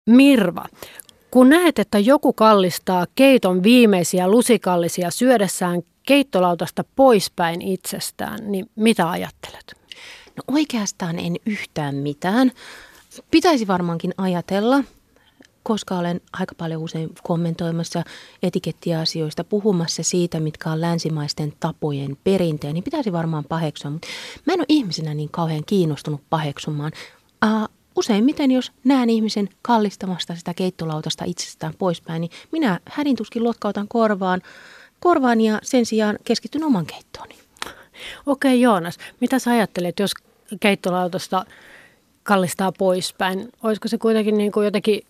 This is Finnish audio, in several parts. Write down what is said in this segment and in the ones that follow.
Mirva, kun näet, että joku kallistaa keiton viimeisiä lusikallisia syödessään keittolautasta poispäin itsestään, niin mitä ajattelet? No oikeastaan en yhtään mitään. Pitäisi varmaankin ajatella, koska olen aika paljon usein kommentoimassa etikettiasioista, puhumassa siitä, mitkä on länsimaisten tapojen perinteen, niin pitäisi varmaan paheksua. Mutta mä en ole ihmisenä niin kauhean kiinnostunut paheksumaan. Useimmiten, jos näen ihmisen kallistamasta sitä keittolautasta itsestään poispäin, niin minä hädintuskin lotkautan korvaan ja sen sijaan keskityn oman keittooni. Okei, Joonas, mitä sä ajattelet, jos keittolautasta kallistaa poispäin? Olisiko se kuitenkin niin kuin jotenkin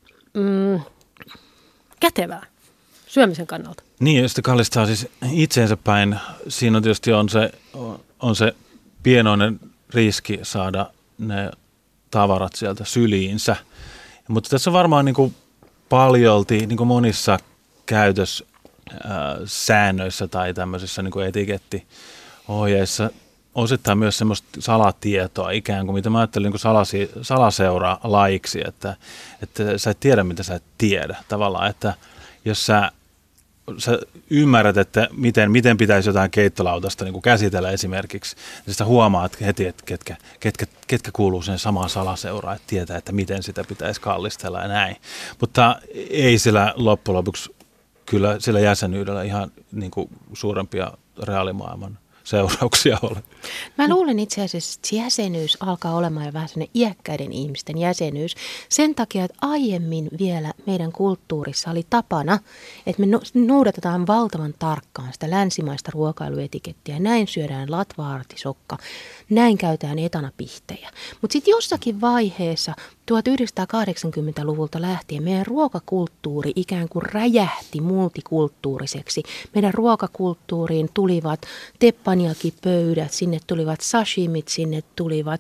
kätevää syömisen kannalta? Niin, jos se kallistaa siis itseensä päin, siinä tietysti on se pienoinen riski saada ne tavarat sieltä syliinsä. Mutta tässä on varmaan niin kuin paljolti niin kuin monissa käytössäännöissä tai tämmöisissä niin kuin etikettiohjeissa osittain myös semmoista salatietoa ikään kuin, mitä mä ajattelin niin kuin salaseura-laiksi, että sä et tiedä, mitä sä et tiedä. Tavallaan, että jos sä ymmärrät, että miten pitäisi jotain keittolautasta niin kuin käsitellä esimerkiksi, niin sä huomaat heti, että ketkä kuuluu sen samaan salaseuraan, että tietää, että miten sitä pitäisi kallistella ja näin. Mutta ei sillä loppujen lopuksi kyllä sillä jäsenyydellä ihan niin kuin suurempia reaalimaailman seurauksia ole. Mä luulen itse asiassa, että jäsenyys alkaa olemaan jo vähän sellainen iäkkäiden ihmisten jäsenyys. Sen takia, että aiemmin vielä meidän kulttuurissa oli tapana, että me noudatetaan valtavan tarkkaan sitä länsimaista ruokailuetikettiä. Näin syödään latva-artisokka, näin käytetään etanapihtejä. Mutta sitten jossakin vaiheessa 1980-luvulta lähtien meidän ruokakulttuuri ikään kuin räjähti multikulttuuriseksi. Meidän ruokakulttuuriin tulivat teppanyaki-pöydät, sinne tulivat sashimit, sinne tulivat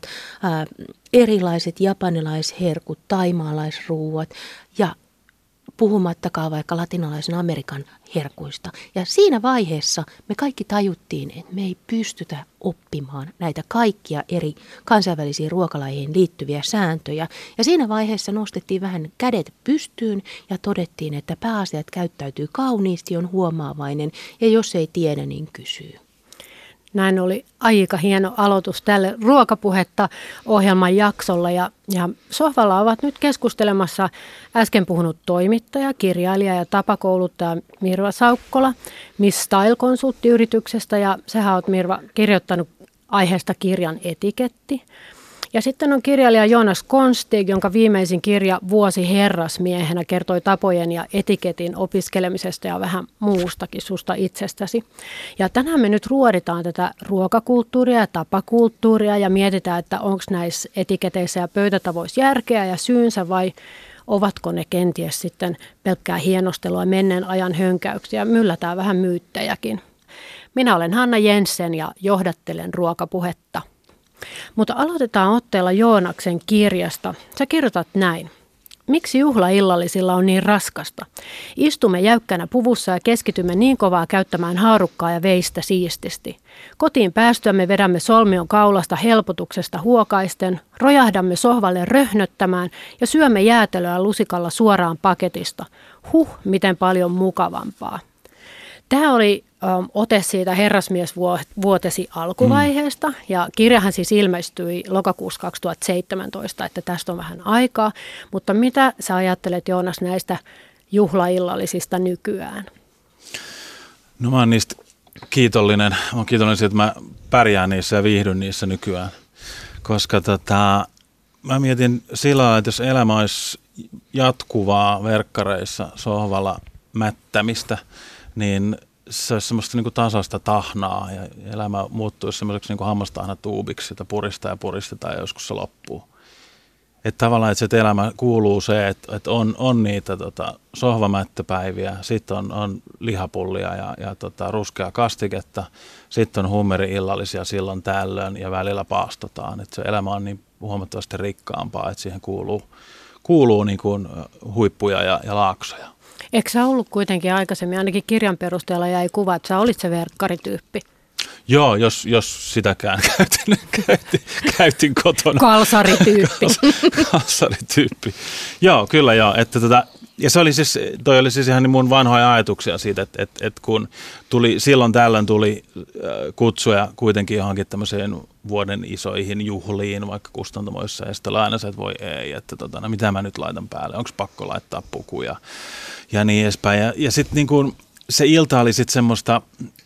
erilaiset japanilaisherkut, taimaalaisruuat ja puhumattakaan vaikka latinalaisen Amerikan herkuista. Ja siinä vaiheessa me kaikki tajuttiin, että me ei pystytä oppimaan näitä kaikkia eri kansainvälisiin ruokalajeihin liittyviä sääntöjä. Ja siinä vaiheessa nostettiin vähän kädet pystyyn ja todettiin, että pääasiat käyttäytyy kauniisti, on huomaavainen ja jos ei tiedä, niin kysyy. Näin oli aika hieno aloitus tälle Ruokapuhetta -ohjelman jaksolla ja sohvalla ovat nyt keskustelemassa äsken puhunut toimittaja, kirjailija ja tapakouluttaja Mirva Saukkola Miss Style-konsulttiyrityksestä ja sähän oot, Mirva, kirjoittanut aiheesta kirjan Etiketti. Ja sitten on kirjailija Joonas Konstig, jonka viimeisin kirja Vuosi herrasmiehenä kertoi tapojen ja etiketin opiskelemisesta ja vähän muustakin susta itsestäsi. Ja tänään me nyt ruoditaan tätä ruokakulttuuria ja tapakulttuuria ja mietitään, että onko näissä etiketeissä ja pöytätavoissa järkeä ja syynsä vai ovatko ne kenties sitten pelkkää hienostelua menneen ajan hönkäyksiä. Myllätään vähän myyttejäkin. Minä olen Hanna Jensen ja johdattelen Ruokapuhetta. Mutta aloitetaan otteella Joonaksen kirjasta. Sä kirjoitat näin. Miksi juhlaillallisilla on niin raskasta? Istumme jäykkänä puvussa ja keskitymme niin kovaa käyttämään haarukkaa ja veistä siististi. Kotiin päästyämme vedämme solmion kaulasta helpotuksesta huokaisten, rojahdamme sohvalle röhnöttämään ja syömme jäätelöä lusikalla suoraan paketista. Miten paljon mukavampaa. Tämä oli ote siitä herrasmiesvuotesi alkuvaiheesta ja kirjahan siis ilmestyi lokakuussa 2017, että tästä on vähän aikaa. Mutta mitä sä ajattelet, Joonas, näistä juhlaillallisista nykyään? No mä oon niistä kiitollinen. Mä oon kiitollinen siitä, että mä pärjään niissä ja viihdyn niissä nykyään. Koska mä mietin sillä lailla, että jos elämä olisi jatkuvaa verkkareissa sohvalla mättämistä, niin se olisi semmoista niin kuin tasaista tahnaa ja elämä muuttuisi semmoiseksi niin kuin hammastahnatuubiksi, jota puristaa ja puristetaan ja joskus se loppuu. Että tavallaan, että se elämä kuuluu se, että on niitä sohvamättöpäiviä, sitten on lihapullia ja ruskeaa kastiketta, sitten on hummeri-illallisia silloin tällöin ja välillä paastotaan. Että se elämä on niin huomattavasti rikkaampaa, että siihen kuuluu niin kuin huippuja ja laaksoja. Eikö sä ollut kuitenkin aikaisemmin, ainakin kirjan perusteella jäi kuva, että sä olit se verkkarityyppi? Joo, jos sitäkään käytin kotona. Kalsarityyppi. Joo, kyllä joo. Että ja toi oli siis ihan mun vanhoja ajatuksia siitä, että kun silloin tällöin tuli kutsuja kuitenkin johonkin tämmöiseen vuoden isoihin juhliin, vaikka kustantamoissa, ja sitten aina se, että voi ei, että no, mitä mä nyt laitan päälle, onko pakko laittaa pukuja ja niin edespäin. Ja sitten niin kun se ilta oli sitten semmoista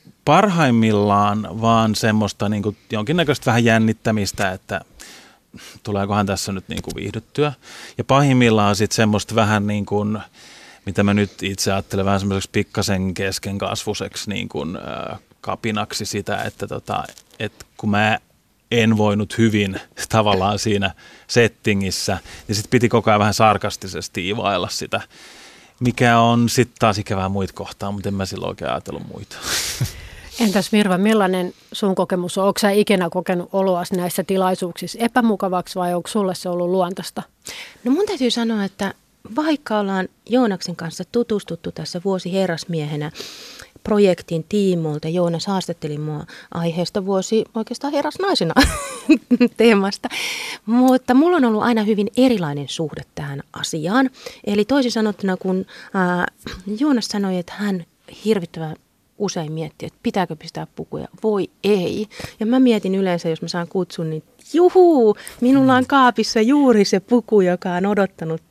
parhaimmillaan vaan semmoista niin kuin jonkinnäköistä vähän jännittämistä, että tuleekohan tässä nyt niin kuin viihdyttyä. Ja pahimmillaan sitten semmoista vähän niin kuin, mitä mä nyt itse ajattelen, vähän semmoiseksi pikkasen keskenkasvuiseksi niin kuin, kapinaksi sitä, että kun mä en voinut hyvin tavallaan siinä settingissä, niin sitten piti koko ajan vähän sarkastisesti ivailla sitä, mikä on sitten taas ikävää muita kohtaan, mutta en mä silloin oikein ajatellut muita. Entäs Mirva, millainen sun kokemus on? Onko sä ikinä kokenut oloas näissä tilaisuuksissa epämukavaksi vai onko sulle se ollut luontaista? No mun täytyy sanoa, että vaikka ollaan Joonaksen kanssa tutustuttu tässä vuosi herrasmiehenä projektin tiimoilta, Joonas haastatteli mua aiheesta vuosi oikeastaan herrasnaisena teemasta, mutta mulla on ollut aina hyvin erilainen suhde tähän asiaan. Eli toisin sanottuna, kun Joonas sanoi, että hän hirvittävän usein miettii, että pitääkö pistää pukuja, voi ei. Ja mä mietin yleensä, jos mä saan kutsun, niin juhuu, minulla on kaapissa juuri se puku, joka on odottanut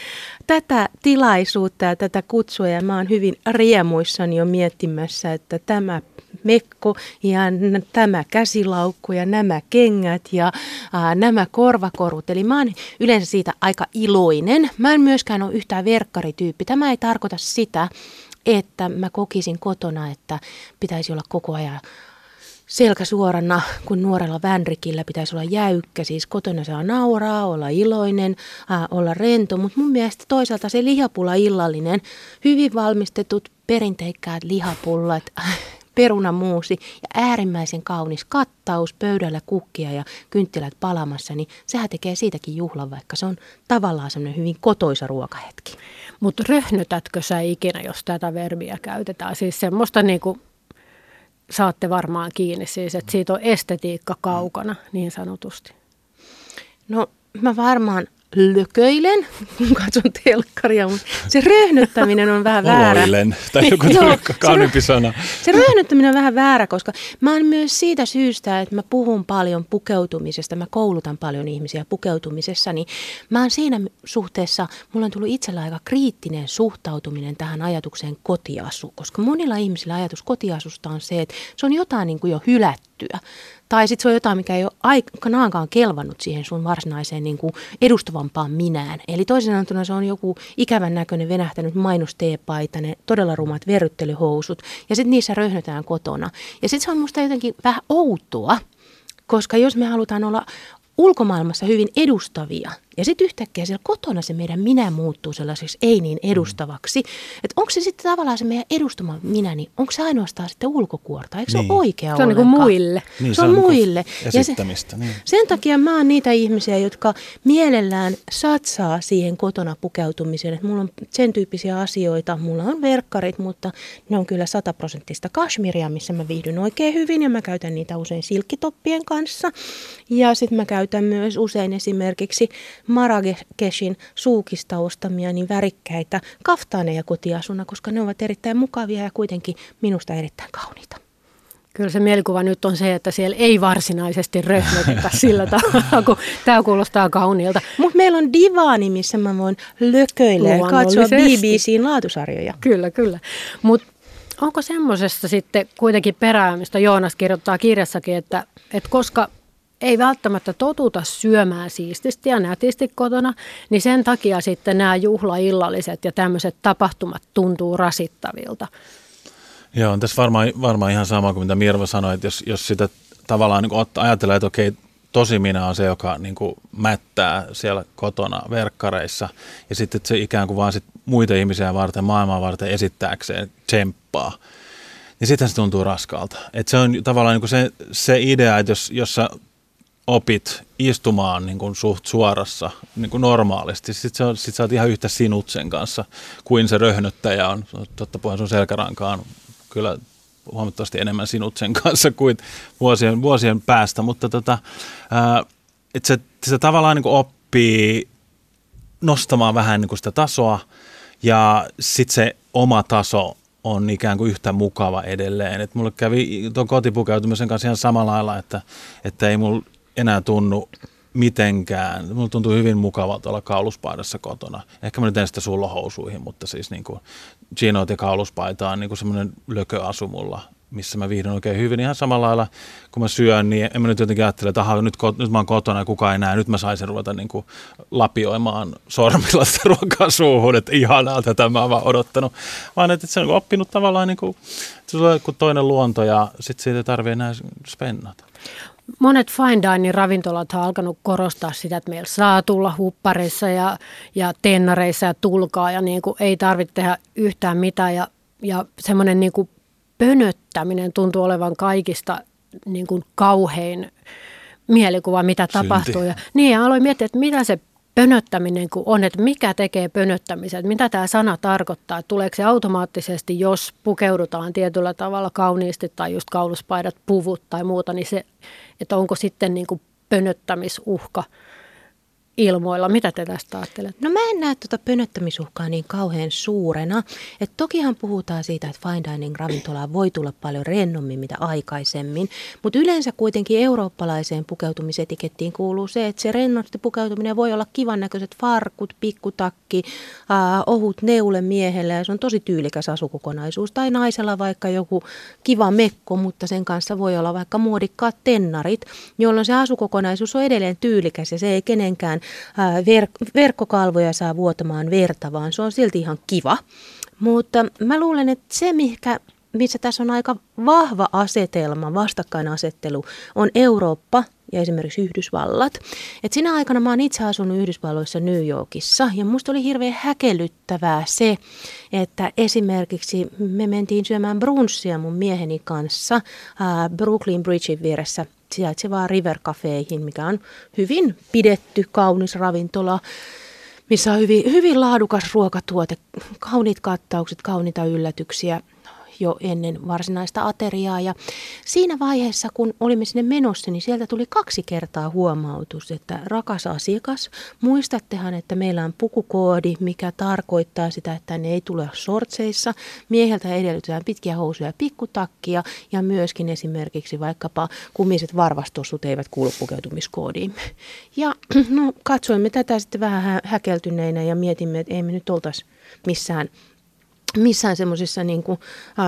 tätä tilaisuutta ja tätä kutsua. Ja mä oon hyvin riemuissani jo miettimässä, että tämä mekko ja tämä käsilaukku ja nämä kengät ja nämä korvakorut. Eli mä oon yleensä siitä aika iloinen. Mä en myöskään ole yhtään verkkarityyppi. Tämä ei tarkoita sitä, että mä kokisin kotona, että pitäisi olla koko ajan selkä suorana, kun nuorella vänrikillä pitäisi olla jäykkä. Siis kotona saa nauraa, olla iloinen, olla rento, mutta mun mielestä toisaalta se lihapulla illallinen, hyvin valmistetut perinteikkäät lihapullat, perunamuusi ja äärimmäisen kaunis kattaus, pöydällä kukkia ja kynttilät palamassa, niin sehän tekee siitäkin juhlan, vaikka se on tavallaan semmoinen hyvin kotoisa ruokahetki. Mutta röhnötätkö sä ikinä, jos tätä verbiä käytetään? Siis semmoista niin kuin saatte varmaan kiinni, siis, että siitä on estetiikka kaukana niin sanotusti. No mä varmaan lököilen, kun katson telkkaria, mutta se röhnöttäminen on vähän väärä. Oloilen, tai joku kauniimpi sana. Se röhnöttäminen on vähän väärä, koska mä oon myös siitä syystä, että mä puhun paljon pukeutumisesta, mä koulutan paljon ihmisiä pukeutumisessa, niin mä oon siinä suhteessa, mulla on tullut itsellä aika kriittinen suhtautuminen tähän ajatukseen kotiasu, koska monilla ihmisillä ajatus kotiasusta on se, että se on jotain niin kuin jo hylättyä. Tai sitten se on jotain, mikä ei ole aikanaankaan kelvannut siihen sun varsinaiseen niin kuin edustavampaan minään. Eli toisin sanottuna se on joku ikävän näköinen venähtänyt mainosteepaita, ne todella rumat verryttelyhousut, ja sitten niissä röhnötään kotona. Ja sitten se on musta jotenkin vähän outoa, koska jos me halutaan olla ulkomaailmassa hyvin edustavia, ja sitten yhtäkkiä siellä kotona se meidän minä muuttuu sellaiseksi ei niin edustavaksi. Että onko se sitten tavallaan se meidän edustama minä, niin onko se ainoastaan sitten ulkokuorta? Eikö se ole oikea ollenkaan? Se on niin kuin muille. Niin, se on muille. Esittämistä. Niin. Sen takia mä oon niitä ihmisiä, jotka mielellään satsaa siihen kotona pukeutumiseen. Että mulla on sen tyyppisiä asioita. Mulla on verkkarit, mutta ne on kyllä 100% kashmiria, missä mä viihdyn oikein hyvin. Ja mä käytän niitä usein silkkitoppien kanssa. Ja sitten mä käytän myös usein esimerkiksi Marrakeshin suukista ostamia niin värikkäitä kaftaaneja kotiasuna, koska ne ovat erittäin mukavia ja kuitenkin minusta erittäin kauniita. Kyllä se mielikuva nyt on se, että siellä ei varsinaisesti röhnötetä sillä tavalla, kun tämä kuulostaa kauniilta. Mutta meillä on divaani, missä mä voin lököillä ja katsoa BBC:n laatusarjoja. Kyllä, kyllä. Mutta onko semmoisesta sitten kuitenkin perää, mistä Joonas kirjoittaa kirjassakin, että koska ei välttämättä totuta syömään siististi ja nätisti kotona, niin sen takia sitten nämä juhlaillalliset ja tämmöiset tapahtumat tuntuu rasittavilta. Joo, on tässä varmaan ihan sama kuin mitä Mirva sanoi, että jos sitä tavallaan niin ajatellaan, että okei, tosi minä on se, joka niin kuin mättää siellä kotona verkkareissa ja sitten se ikään kuin vaan sit muita ihmisiä varten, maailmaa varten esittääkseen tsemppaa, niin sitten se tuntuu raskaalta. Että se on tavallaan niin kuin se idea, että jos sä opit istumaan niin kuin suht suorassa niin kuin normaalisti, sit sä oot ihan yhtä sinut sen kanssa kuin se röhnöttäjä on. Totta puheen sun selkärankaan kyllä huomattavasti enemmän sinut sen kanssa kuin vuosien päästä, mutta että se tavallaan niin kuin oppii nostamaan vähän niin kuin sitä tasoa ja sitten se oma taso on ikään kuin yhtä mukava edelleen. Et mulle kävi tuon kotipukeutumisen kanssa ihan samalla lailla, että ei mulla enää tunnu mitenkään. Mulla tuntuu hyvin mukavalta olla kauluspaidassa kotona. Ehkä mä nyt en sitä sullohousuihin, mutta siis niin kuin chinoit ja kauluspaita on niin kuin semmoinen lököasu mulla, missä mä viihdyn oikein hyvin. Ihan samalla lailla, kun mä syön, niin en mä nyt jotenkin ajattele, että nyt mä oon kotona ja kukaan ei näe. Nyt mä saisin ruveta niin kuin lapioimaan sormilla sitä ruokaa suuhun, että ihanaa, tätä mä oon vaan odottanut. Vaan että se on oppinut tavallaan, niin kuin, että sulla on toinen luonto ja sitten siitä ei tarvitse enää spennata. Monet fine dining ravintolat on alkanut korostaa sitä, että meillä saa tulla huppareissa ja tennareissa ja tulkaa ja niin kuin ei tarvitse tehdä yhtään mitään ja semmoinen niin kuin pönöttäminen tuntuu olevan kaikista niin kuin kauhein mielikuva, mitä tapahtuu. Ja aloin miettiä, että mitä se pönöttäminen on, että mikä tekee pönöttämisen, mitä tämä sana tarkoittaa, että tuleeko se automaattisesti, jos pukeudutaan tietyllä tavalla kauniisti tai just kauluspaidat, puvut tai muuta, niin se, että onko sitten niin kuin pönöttämisuhka ilmoilla. Mitä te tästä ajattelette? No mä en näe tuota pönöttämisuhkaa niin kauhean suurena. Et tokihan puhutaan siitä, että fine dining ravintolaan voi tulla paljon rennommin mitä aikaisemmin, mutta yleensä kuitenkin eurooppalaiseen pukeutumisetikettiin kuuluu se, että se rennosti pukeutuminen voi olla kivan näköiset farkut, pikkutakki, ohut neule miehelle ja se on tosi tyylikäs asukokonaisuus. Tai naisella vaikka joku kiva mekko, mutta sen kanssa voi olla vaikka muodikkaat tennarit, jolloin se asukokonaisuus on edelleen tyylikäs ja se ei kenenkään verkkokalvoja saa vuotamaan verta, vaan se on silti ihan kiva. Mutta mä luulen, että se, missä tässä on aika vahva asetelma, vastakkainasettelu, on Eurooppa ja esimerkiksi Yhdysvallat. Et sinä aikana mä oon itse asunut Yhdysvalloissa New Yorkissa ja musta oli hirveän häkellyttävää se, että esimerkiksi me mentiin syömään brunchia mun mieheni kanssa Brooklyn Bridgein vieressä sijaitsevaan River Caféihin, mikä on hyvin pidetty, kaunis ravintola, missä on hyvin laadukas ruokatuote, kauniit kattaukset, kauniita yllätyksiä jo ennen varsinaista ateriaa. Ja siinä vaiheessa, kun olimme sinne menossa, niin sieltä tuli 2 kertaa huomautus, että rakas asiakas, muistattehan, että meillä on pukukoodi, mikä tarkoittaa sitä, että ne ei tule shortseissa. Mieheltä edellytetään pitkiä housuja ja pikkutakkia ja myöskin esimerkiksi vaikkapa kumiset varvastossut eivät kuulu pukeutumiskoodiimme. Ja no, katsoimme tätä sitten vähän häkeltyneinä ja mietimme, että ei me nyt oltaisi missään semmoisissa niin kuin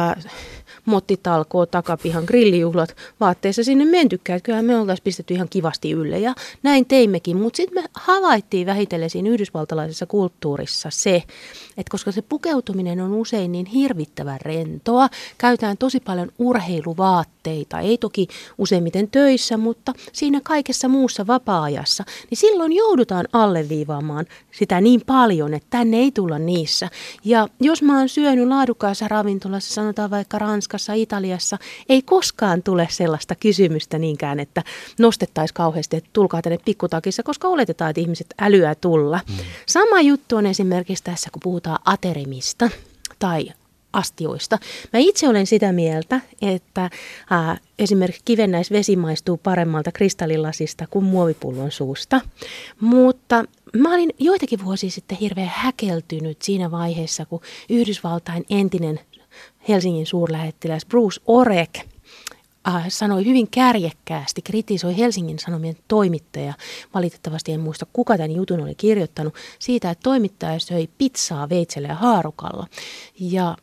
mottitalkoo, takapihan, grillijuhlat vaatteissa sinne mentykään. Että kyllähän me oltaisiin pistetty ihan kivasti ylle ja näin teimmekin. Mutta sitten me havaittiin vähitellen siinä yhdysvaltalaisessa kulttuurissa se, että koska se pukeutuminen on usein niin hirvittävän rentoa, käytetään tosi paljon urheiluvaatteita, ei toki useimmiten töissä, mutta siinä kaikessa muussa vapaa-ajassa, niin silloin joudutaan alleviivaamaan sitä niin paljon, että tänne ei tulla niissä. Ja jos mä oon syönyt laadukkaassa ravintolassa, sanotaan vaikka Ranskassa, Italiassa, ei koskaan tule sellaista kysymystä niinkään, että nostettaisiin kauheasti, että tulkaa tänne pikkutakissa, koska oletetaan, että ihmiset älyää tulla. Sama juttu on esimerkiksi tässä, kun puhutaan aterimista tai astioista. Mä itse olen sitä mieltä, että esimerkiksi kivennäisvesi maistuu paremmalta kristallilasista kuin muovipullon suusta, mutta mä olin joitakin vuosia sitten hirveän häkeltynyt siinä vaiheessa, kun Yhdysvaltain entinen Helsingin suurlähettiläs Bruce Oreck sanoi hyvin kärjekkäästi, kritisoi Helsingin Sanomien toimittaja, valitettavasti en muista kuka tämän jutun oli kirjoittanut, siitä, että toimittaja söi pizzaa veitsellä ja haarukalla. Ja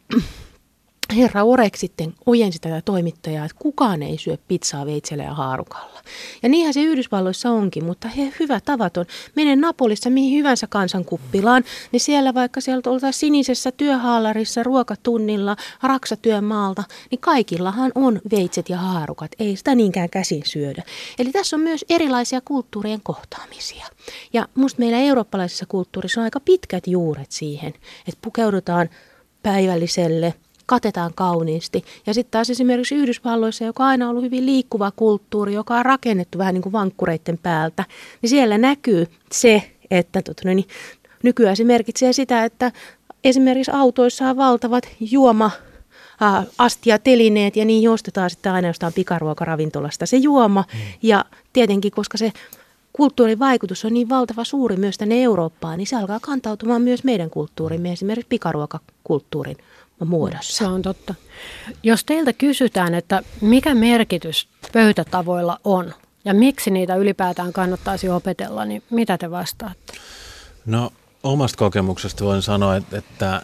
herra Oreck sitten ojensi tätä toimittajaa, että kukaan ei syö pizzaa veitsellä ja haarukalla. Ja niinhän se Yhdysvalloissa onkin, mutta hyvä tavaton. Menen Napolissa mihin hyvänsä kansankuppilaan, niin siellä vaikka sieltä oltaisiin sinisessä työhaalarissa, ruokatunnilla, raksatyömaalta, niin kaikillahan on veitset ja haarukat. Ei sitä niinkään käsin syödä. Eli tässä on myös erilaisia kulttuurien kohtaamisia. Ja musta meillä eurooppalaisessa kulttuurissa on aika pitkät juuret siihen, että pukeudutaan päivälliselle, katetaan kauniisti. Ja sitten taas esimerkiksi Yhdysvalloissa, joka on aina ollut hyvin liikkuva kulttuuri, joka on rakennettu vähän niin kuin vankkureiden päältä, niin siellä näkyy se, että nykyään se merkitsee sitä, että esimerkiksi autoissa on valtavat astiatelineet ja niihin ostetaan sitten aina jostain pikaruokaravintolasta se juoma. Ja tietenkin, koska se kulttuurin vaikutus on niin valtava suuri myös tänne Eurooppaan, niin se alkaa kantautumaan myös meidän kulttuurimme, esimerkiksi pikaruokakulttuurin muodossa. Se on totta. Jos teiltä kysytään, että mikä merkitys pöytätavoilla on ja miksi niitä ylipäätään kannattaisi opetella, niin mitä te vastaatte? No omasta kokemuksesta voin sanoa, että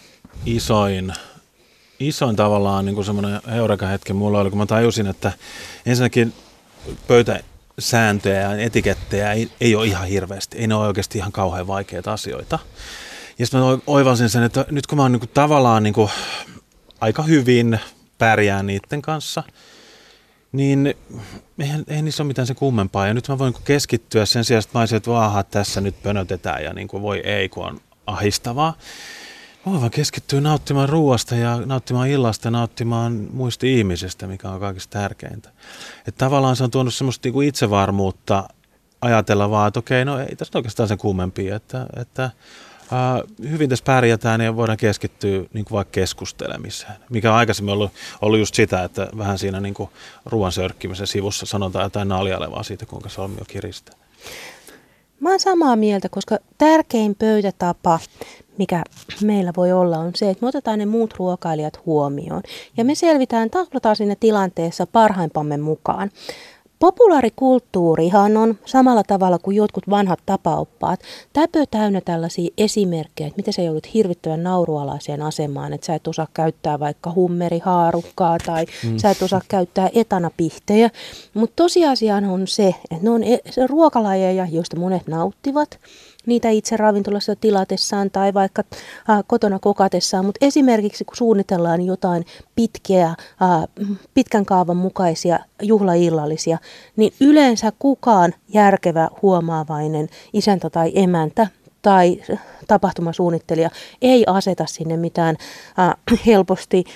isoin tavallaan niin kuin semmoinen heureka-hetki mulla oli, kun mä tajusin, että ensinnäkin pöytäsääntöjä ja etikettejä ei ole ihan hirveästi, ei ne ole oikeasti ihan kauhean vaikeita asioita. Ja sitten mä oivalsin sen, että nyt kun mä oon niin kuin tavallaan niin kuin aika hyvin pärjään niiden kanssa, niin eihän niissä ole mitään se kummempaa. Ja nyt mä voin keskittyä sen sijaan, että mä olisin, että tässä nyt pönötetään ja niin kuin voi ei, kun on ahistavaa. Mä voin vaan keskittyä nauttimaan ruoasta ja nauttimaan illasta ja nauttimaan muista ihmisistä, mikä on kaikista tärkeintä. Että tavallaan se on tuonut semmoista niin kuin itsevarmuutta ajatella vaan, että okei, no ei tästä oikeastaan sen kummempia, että hyvin tässä pärjätään ja voidaan keskittyä niin kuin vaikka keskustelemiseen, mikä on aikaisemmin ollut just sitä, että vähän siinä niin kuin ruoan sörkkimisen sivussa sanotaan jotain naljailevaa siitä, kuinka solmio kiristää. Mä oon samaa mieltä, koska tärkein pöytätapa, mikä meillä voi olla, on se, että me otetaan ne muut ruokailijat huomioon ja me taklataan siinä tilanteessa parhaimpamme mukaan. Populaarikulttuurihan on samalla tavalla kuin jotkut vanhat tapaoppaat täpö täynnä tällaisia esimerkkejä, että miten sä joudut hirvittävän naurualaiseen asemaan, että sä et osaa käyttää vaikka hummerihaarukkaa tai sä et osaa käyttää etanapihtejä. Mutta tosiasiahan on se, että ne on ruokalajeja, joista monet nauttivat niitä itse ravintolassa tilatessaan tai vaikka kotona kokatessaan, mutta esimerkiksi kun suunnitellaan jotain pitkän kaavan mukaisia juhlaillallisia, niin yleensä kukaan järkevä huomaavainen isäntä tai emäntä tai tapahtumasuunnittelija ei aseta sinne mitään helposti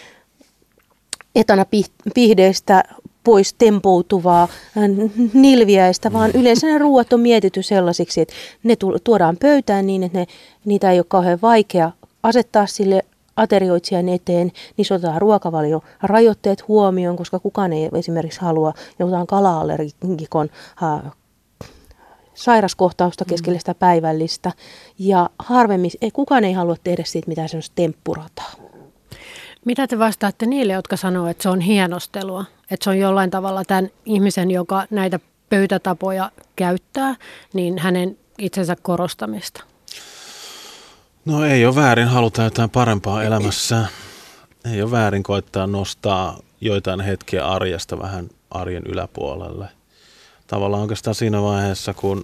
etanapihdeistä pois tempoutuvaa nilviäistä, vaan yleensä ne ruuat on mietitty sellaisiksi, että ne tuodaan pöytään niin, että niitä ei ole kauhean vaikea asettaa sille aterioitsijan eteen, niin otetaan ruokavaliorajoitteet huomioon, koska kukaan ei esimerkiksi halua jotain kala-allergikon sairaskohtausta keskelle sitä päivällistä, ja harvemmin kukaan ei halua tehdä siitä mitään sellaista temppurataa. Mitä te vastaatte niille, jotka sanoo, että se on hienostelua? Että se on jollain tavalla tämän ihmisen, joka näitä pöytätapoja käyttää, niin hänen itsensä korostamista? No ei ole väärin haluta jotain parempaa elämässä. Ei ole väärin koettaa nostaa joitain hetkiä arjesta vähän arjen yläpuolelle. Tavallaan oikeastaan siinä vaiheessa, kun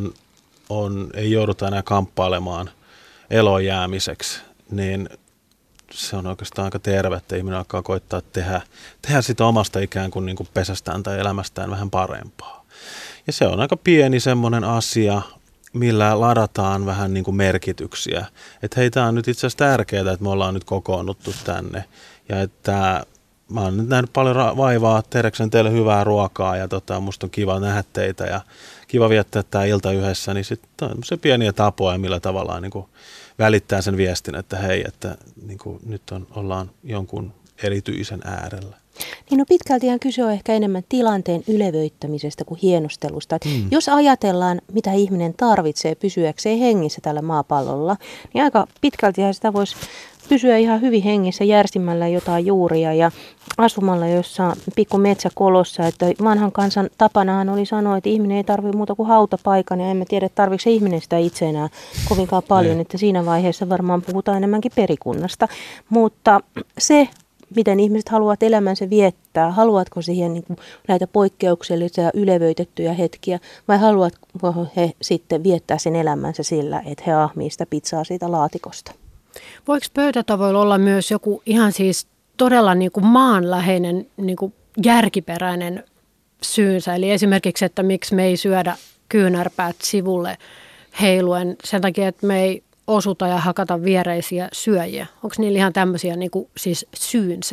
ei jouduta enää kamppailemaan eloon jäämiseksi, niin se on oikeastaan aika tervettä. Ihminen alkaa koittaa tehdä sitä omasta ikään kuin, pesästään tai elämästään vähän parempaa. Ja se on aika pieni semmoinen asia, millä ladataan vähän niin kuin merkityksiä. Että hei, tämä on nyt itse asiassa tärkeää, että me ollaan nyt kokoonnuttu tänne. Ja että mä oon nyt nähnyt paljon vaivaa tehdäkseni teille hyvää ruokaa ja musta on kiva nähdä teitä ja kiva viettää tämä ilta yhdessä. Niin sitten on se pieniä tapoja, millä tavallaan niin kuin välittää sen viestin, että hei, että niin kuin nyt ollaan jonkun erityisen äärellä. Niin no pitkältihän kyse on ehkä enemmän tilanteen ylevöittämisestä kuin hienostelusta. Jos ajatellaan, mitä ihminen tarvitsee pysyäkseen hengissä tällä maapallolla, niin aika pitkältihän sitä voisi pysyä ihan hyvin hengissä järsimällä jotain juuria ja asumalla jossain pikku metsäkolossa. Että vanhan kansan tapanahan oli sanoa, että ihminen ei tarvitse muuta kuin hautapaikan, ja en mä tiedä, tarvitseeko se ihminen sitä itse enää kovinkaan paljon, että siinä vaiheessa varmaan puhutaan enemmänkin perikunnasta. Mutta se, miten ihmiset haluavat elämänsä viettää, haluatko siihen niin kuin näitä poikkeuksellisia ylevöitettyjä hetkiä, vai haluatko he sitten viettää sen elämänsä sillä, että he ahmii sitä pizzaa siitä laatikosta? Voiko pöytätavoilla olla myös joku ihan siis todella niin kuin maanläheinen, niin kuin järkiperäinen syynsä? Eli esimerkiksi, että miksi me ei syödä kyynärpäät sivulle heiluen sen takia, että me ei osuta ja hakata viereisiä syöjiä. Onko niillä ihan tämmöisiä niin kuin, siis syynsä?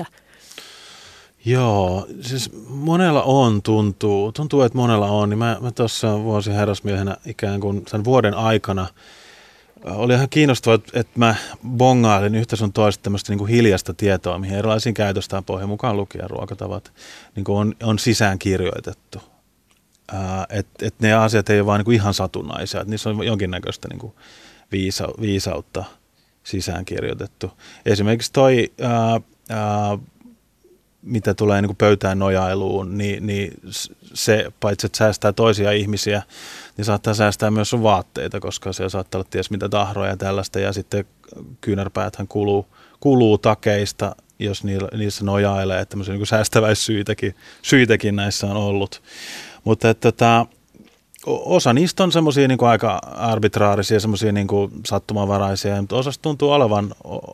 Joo, siis monella tuntuu, että monella on. Niin mä tuossa vuosiherrasmiehenä ikään kuin sen vuoden aikana oli ihan kiinnostavaa, että mä bongailin yhtä sun toista tämmöistä niin kuin hiljaista tietoa, mihin erilaisiin käytöstapoihin mukaan lukien ruokatavat niin kuin on sisään kirjoitettu. Että ne asiat ei ole vaan niin kuin ihan satunnaisia, että niissä on jonkinnäköistä niin kuin viisautta sisään kirjoitettu. Esimerkiksi toi, mitä tulee niin kuin pöytään nojailuun, niin se paitsi, että säästää toisia ihmisiä, niin saattaa säästää myös sun vaatteita, koska siellä saattaa olla ties mitä tahroja ja tällaista, ja sitten kyynärpääthän kuluu takeista, jos niissä nojailee, että tämmöisiä niin säästäväissyitäkin näissä on ollut. Mutta osa niistä on semmoisia niin kuin aika arbitraarisia, semmoisia niin kuin sattumanvaraisia, mutta osasta tuntuu olevan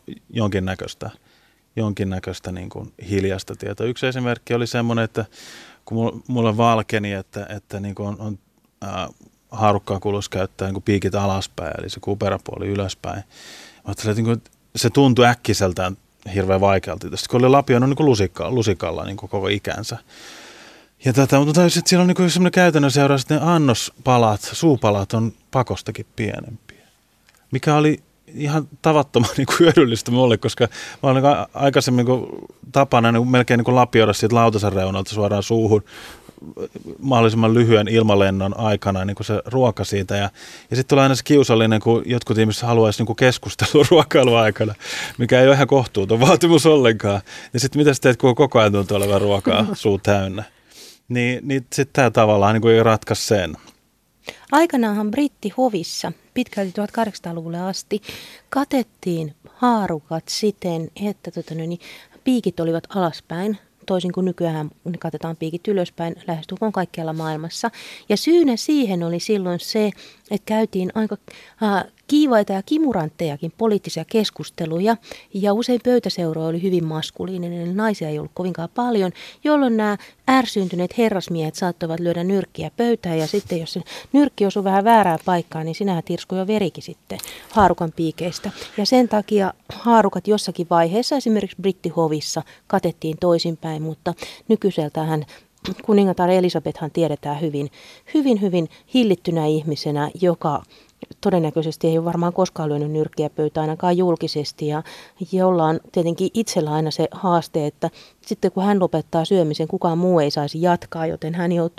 jonkinnäköistä niin kuin hiljaista tietoa. Yksi esimerkki oli semmoinen, että kun mulle valkeni, että niin kuin on haarukkaa kuuluisi käyttää niin kuin piikit alaspäin, eli se kuperäpuoli ylöspäin. Mä ajattelin, että se tuntui äkkiseltään hirveän vaikealta. Sitten kun oli lapioinut niin kuin lusikalla niin kuin koko ikänsä. Ja mutta täysin, että siinä on niin semmoinen käytännön seuraus, että ne annospalat, suupalat on pakostakin pienempiä. Mikä oli ihan tavattoman niin kuin hyödyllistä mulle, koska mä olin aikaisemmin tapana niin melkein niin kuin lapioida siitä lautasen reunalta suoraan suuhun mahdollisimman lyhyen ilmalennon aikana niin kuin se ruoka siitä. Ja sitten tulee aina se kiusallinen, kun jotkut ihmiset haluaisi niin kuin keskustelua ruokailun aikana, mikä ei ole ihan kohtuuton vaatimus ollenkaan. Ja sitten mitä sä teet, kun koko ajan tuntuu olevan ruokaa suu täynnä? Niin sitten tämä tavallaan niin kuin ei ratkaisi sen. Aikanaanhan brittihovissa pitkälti 1800-luvulle asti katettiin haarukat siten, että piikit olivat alaspäin, toisin kuin nykyään ne katetaan piikit ylöspäin lähestulkoon kaikkialla maailmassa. Ja syynä siihen oli silloin se, että käytiin aika kiivaita ja kimuranttejakin poliittisia keskusteluja, ja usein pöytäseuro oli hyvin maskuliininen, eli naisia ei ollut kovinkaan paljon, jolloin nämä ärsyyntyneet herrasmiehet saattoivat lyödä nyrkkiä pöytään, ja sitten jos se nyrkki osui vähän väärään paikkaan, niin sinähän tirskui jo verikin sitten haarukan piikeistä. Ja sen takia haarukat jossakin vaiheessa, esimerkiksi brittihovissa, katettiin toisinpäin, mutta nykyiseltähän kuningatar Elisabethan tiedetään hyvin hillittynä ihmisenä, joka todennäköisesti ei ole varmaan koskaan lyönyt nyrkkiä pöytään ainakaan julkisesti, ja jolla on tietenkin itsellä aina se haaste, että sitten kun hän lopettaa syömisen, kukaan muu ei saisi jatkaa, joten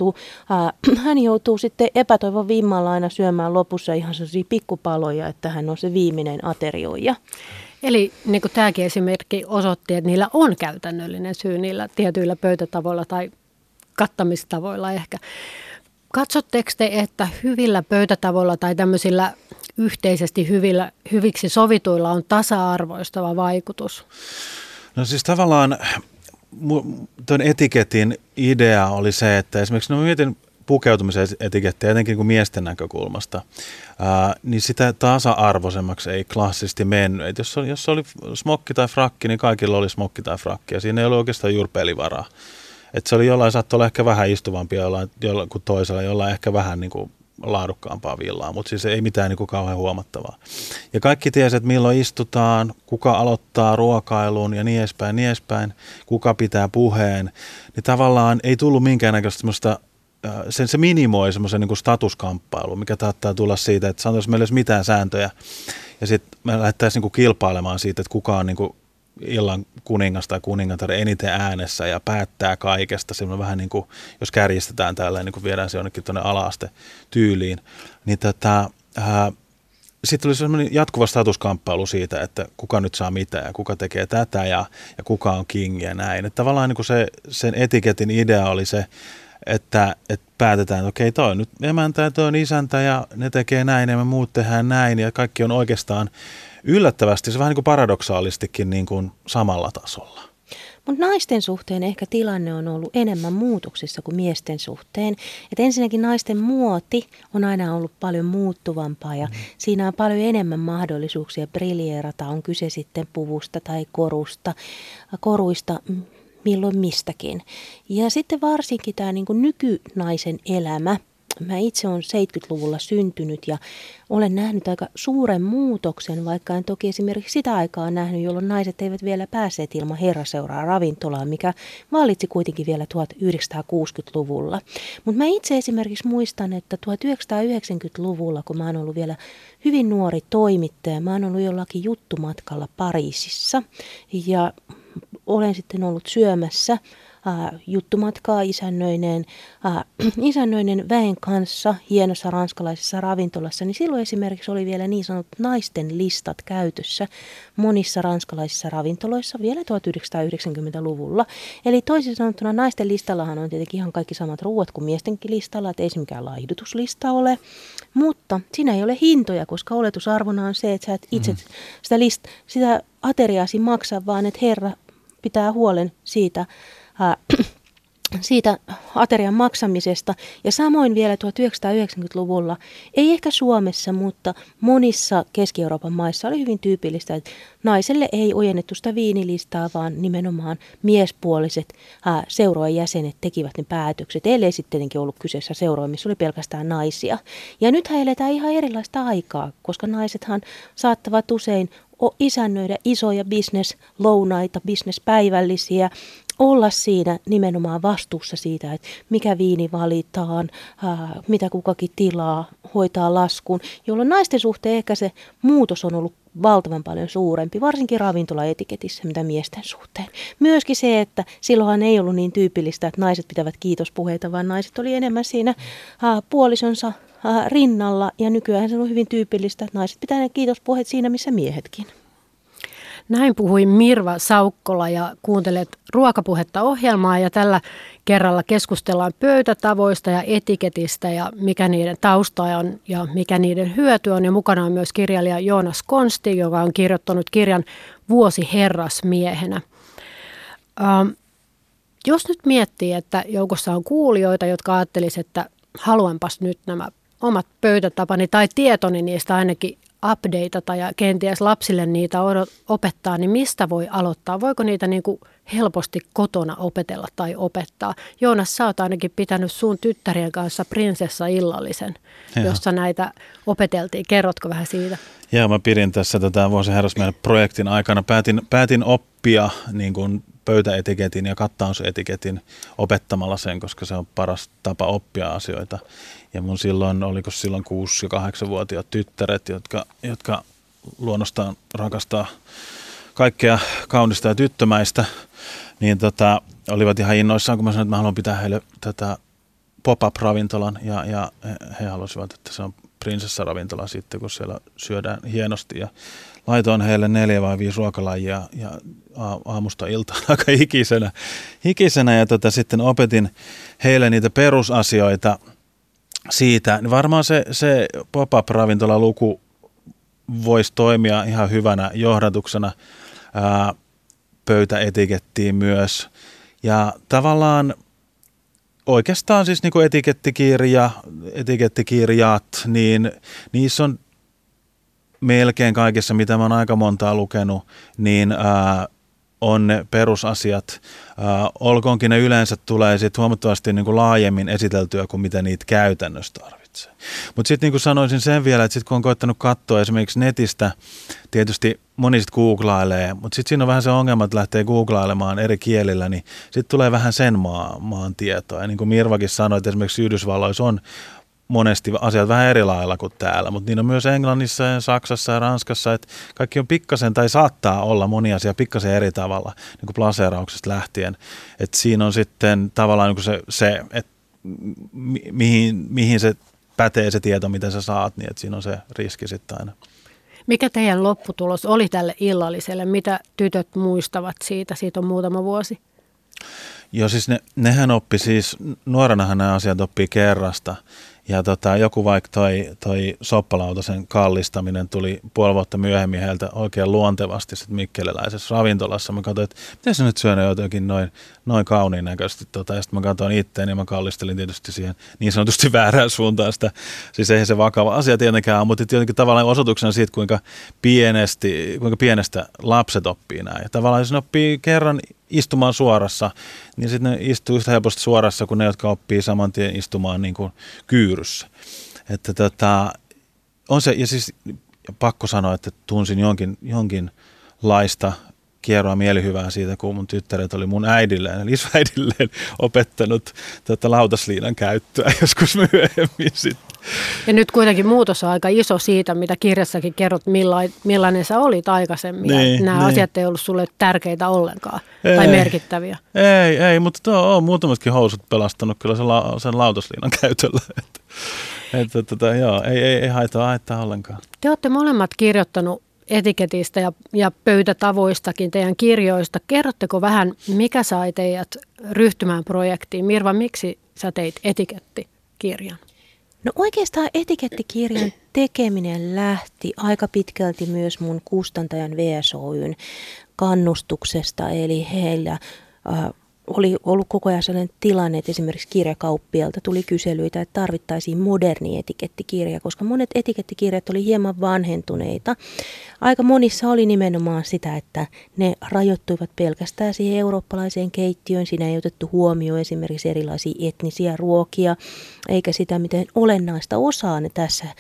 hän joutuu sitten epätoivon vimmalla aina syömään lopussa ihan sellaisia pikkupaloja, että hän on se viimeinen aterioija. Eli niin kuin tämäkin esimerkki osoitti, että niillä on käytännöllinen syy niillä tietyillä pöytätavoilla tai kattamistavoilla ehkä. Katsotteko te, että hyvillä pöytätavoilla tai tämmöisillä yhteisesti hyviksi sovituilla on tasa-arvoistava vaikutus? No siis tavallaan tuon etiketin idea oli se, että esimerkiksi mietin pukeutumisen etikettiä etenkin kuin miesten näkökulmasta, niin sitä tasa-arvoisemmaksi ei klassisesti mennyt. Et jos oli smokki tai frakki, niin kaikilla oli smokki tai frakki, ja siinä ei ollut oikeastaan juuri pelivaraa. Että se oli jollain saattoi olla ehkä vähän istuvampia jollain kuin toisella, jollain ehkä vähän niin kuin laadukkaampaa villaa, mutta siis ei mitään niin kuin kauhean huomattavaa. Ja kaikki tiesi, että milloin istutaan, kuka aloittaa ruokailun ja niin edespäin, kuka pitää puheen, niin tavallaan ei tullut minkäännäköistä semmoista, se minimoi semmoisen niin kuin statuskamppailu, mikä taittaa tulla siitä, että sanotaan, jos meillä ei olisi mitään sääntöjä, ja sitten me lähdettäisiin niin kuin kilpailemaan siitä, että kuka on niin kuin illan kuningas tai kuningatar eniten äänessä ja päättää kaikesta, semmoinen vähän niin kuin, jos kärjistetään tällä, niin kuin viedään se jonnekin tuonne ala-aste tyyliin, niin sitten oli semmoinen jatkuva statuskamppailu siitä, että kuka nyt saa mitä ja kuka tekee tätä ja kuka on king ja näin. Että tavallaan niin kuin sen etiketin idea oli se, että päätetään, että okei, toi on nyt emäntä ja toi on isäntä ja ne tekee näin ja me muut tehdään näin ja kaikki on oikeastaan yllättävästi, se vähän niin kuin paradoksaalistikin niin kuin samalla tasolla. Mutta naisten suhteen ehkä tilanne on ollut enemmän muutoksissa kuin miesten suhteen. Et ensinnäkin naisten muoti on aina ollut paljon muuttuvampaa ja siinä on paljon enemmän mahdollisuuksia briljeerata, on kyse sitten puvusta tai koruista, milloin mistäkin. Ja sitten varsinkin tämä niin kuin nykynaisen elämä mä itse olen 70-luvulla syntynyt ja olen nähnyt aika suuren muutoksen, vaikka en toki esimerkiksi sitä aikaa nähnyt, jolloin naiset eivät vielä päässeet ilman herraseuraa ravintolaan, mikä vallitsi kuitenkin vielä 1960-luvulla. Mutta mä itse esimerkiksi muistan, että 1990-luvulla, kun mä oon ollut vielä hyvin nuori toimittaja, mä oon ollut jollakin juttumatkalla Pariisissa ja olen sitten ollut syömässä juttumatkaa isännöineen väen kanssa hienossa ranskalaisessa ravintolassa, niin silloin esimerkiksi oli vielä niin sanotut naisten listat käytössä monissa ranskalaisissa ravintoloissa vielä 1990-luvulla. Eli toisin sanottuna naisten listallahan on tietenkin ihan kaikki samat ruuat kuin miestenkin listalla, että ei se mikään laihdutuslista ole, mutta siinä ei ole hintoja, koska oletusarvona on se, että sä et itse sitä ateriaasi maksa, vaan että herra pitää huolen siitä aterian maksamisesta. Ja samoin vielä 1990-luvulla, ei ehkä Suomessa, mutta monissa Keski-Euroopan maissa oli hyvin tyypillistä, että naiselle ei ojennettu sitä viinilistaa, vaan nimenomaan miespuoliset seurojen jäsenet tekivät ne päätökset. Ellei sitten tietenkin ollut kyseessä seuroja, missä oli pelkästään naisia. Ja nythän eletään ihan erilaista aikaa, koska naisethan saattavat usein isännöidä isoja bisneslounaita, bisnespäivällisiä, olla siinä nimenomaan vastuussa siitä, että mikä viini valitaan, mitä kukakin tilaa, hoitaa laskun, jolloin naisten suhteen ehkä se muutos on ollut valtavan paljon suurempi, varsinkin ravintolaetiketissä, mitä miesten suhteen. Myöskin se, että silloinhan ei ollut niin tyypillistä, että naiset pitävät kiitospuheita, vaan naiset oli enemmän siinä puolisonsa rinnalla, ja nykyään se on hyvin tyypillistä, että naiset pitää ne kiitospuheet siinä, missä miehetkin. Näin puhui Mirva Saukkola ja kuuntelet Ruokapuhetta -ohjelmaa ja tällä kerralla keskustellaan pöytätavoista ja etiketistä ja mikä niiden tausta on ja mikä niiden hyöty on. Ja mukana on myös kirjailija Joonas Konsti, joka on kirjoittanut kirjan Vuosi herrasmiehenä. Jos nyt miettii, että joukossa on kuulijoita, jotka ajattelisivat, että haluanpas nyt nämä omat pöytätapani tai tietoni niistä ainakin updateata ja kenties lapsille niitä opettaa, niin mistä voi aloittaa? Voiko niitä niin kuin helposti kotona opetella tai opettaa? Joonas, sä oot ainakin pitänyt sun tyttärien kanssa prinsessa-illallisen, jossa näitä opeteltiin. Kerrotko vähän siitä? Joo, mä pidin tässä tätä Vuosi herrasmiehen projektin aikana. Päätin oppia niin kuin pöytäetiketin ja kattausetiketin opettamalla sen, koska se on paras tapa oppia asioita. Ja mun oliko silloin 6- ja 8-vuotiaat tyttäret, jotka luonnostaan rakastaa kaikkea kaunista ja tyttömäistä, niin olivat ihan innoissaan, kun mä sanoin, että mä haluan pitää heille tätä pop-up-ravintolan, ja he halusivat, että se on prinsessaravintola sitten, kun siellä syödään hienosti. Ja laitoin heille 4 vai 5 ruokalajia ja aamusta iltaan aika hikisenä ja sitten opetin heille niitä perusasioita siitä. Varmaan se pop-up-ravintola-luku voisi toimia ihan hyvänä johdatuksena pöytäetikettiin myös. Ja tavallaan oikeastaan siis niin kuin etikettikirjat, niin niissä on melkein kaikessa, mitä mä oon aika montaa lukenut, niin on ne perusasiat. Olkoonkin ne yleensä tulee sitten huomattavasti niin kuin laajemmin esiteltyä kuin mitä niitä käytännössä tarvitsee. Mutta sitten niin kuin sanoisin sen vielä, että sitten kun on koettanut katsoa esimerkiksi netistä, tietysti moni sitten googlailee, mutta sitten siinä on vähän se ongelma, että lähtee googlailemaan eri kielillä, niin sitten tulee vähän sen maan tietoa. Ja niin kuin Mirvakin sanoi, että esimerkiksi Yhdysvalloissa on monesti asiat vähän eri lailla kuin täällä, mutta niin on myös Englannissa ja Saksassa ja Ranskassa, että kaikki on pikkasen tai saattaa olla moni asia pikkasen eri tavalla, niin kuin plaseerauksesta lähtien. Että siinä on sitten tavallaan niin kuin se että mihin se pätee se tieto, mitä sä saat, niin että siinä on se riski sitten aina. Mikä teidän lopputulos oli tälle illalliselle? Mitä tytöt muistavat siitä? Siitä on muutama vuosi. Joo, siis nehän oppi siis, nuorenahan nämä asiat oppii kerrasta. Ja joku vaikka toi soppalautasen kallistaminen tuli puoli vuotta myöhemmin heiltä oikein luontevasti sitten mikkeliläisessä ravintolassa. Mä katsoin, että miten se nyt syönyt jotenkin noin kauniin näköisesti. Ja sitten mä katsoin itteen ja mä kallistelin tietysti siihen niin sanotusti väärään suuntaan sitä. Siis eihän se vakava asia tietenkään ole, mutta jotenkin tavallaan osoituksena siitä, kuinka pienestä lapset oppii näin. Ja tavallaan jos ne oppii kerran istumaan suorassa, niin sitten ne istuu yhtä helposti suorassa kuin ne, jotka oppii saman tien istumaan niin kuin kyyryssä. Että on se, ja siis pakko sanoa, että tunsin jonkinlaista kieroa mielihyvää siitä, kun mun tyttäret oli mun äidilleen, eli isoäidilleen opettanut lautasliinan käyttöä joskus myöhemmin sitten. Ja nyt kuitenkin muutos on aika iso siitä, mitä kirjassakin kerrot, millainen sä olit aikaisemmin. Niin, nämä asiat ei ollut sulle tärkeitä ollenkaan tai merkittäviä. Ei, mutta on muutamatkin housut pelastanut kyllä sen lautasliinan käytöllä. Joo, ei haittaa ollenkaan. Te olette molemmat kirjoittanut etiketistä ja pöytätavoistakin teidän kirjoista. Kerrotteko vähän, mikä sai teidät ryhtymään projektiin? Mirva, miksi sä teit etikettikirjan? No oikeastaan etikettikirjan tekeminen lähti aika pitkälti myös mun kustantajan VSOYn kannustuksesta, eli heillä oli ollut koko ajan sellainen tilanne, että esimerkiksi kirjakauppialta tuli kyselyitä, että tarvittaisiin moderni etikettikirja, koska monet etikettikirjat oli hieman vanhentuneita. Aika monissa oli nimenomaan sitä, että ne rajoittuivat pelkästään siihen eurooppalaiseen keittiöön. Siinä ei otettu huomioon esimerkiksi erilaisia etnisiä ruokia, eikä sitä, miten olennaista osaa ne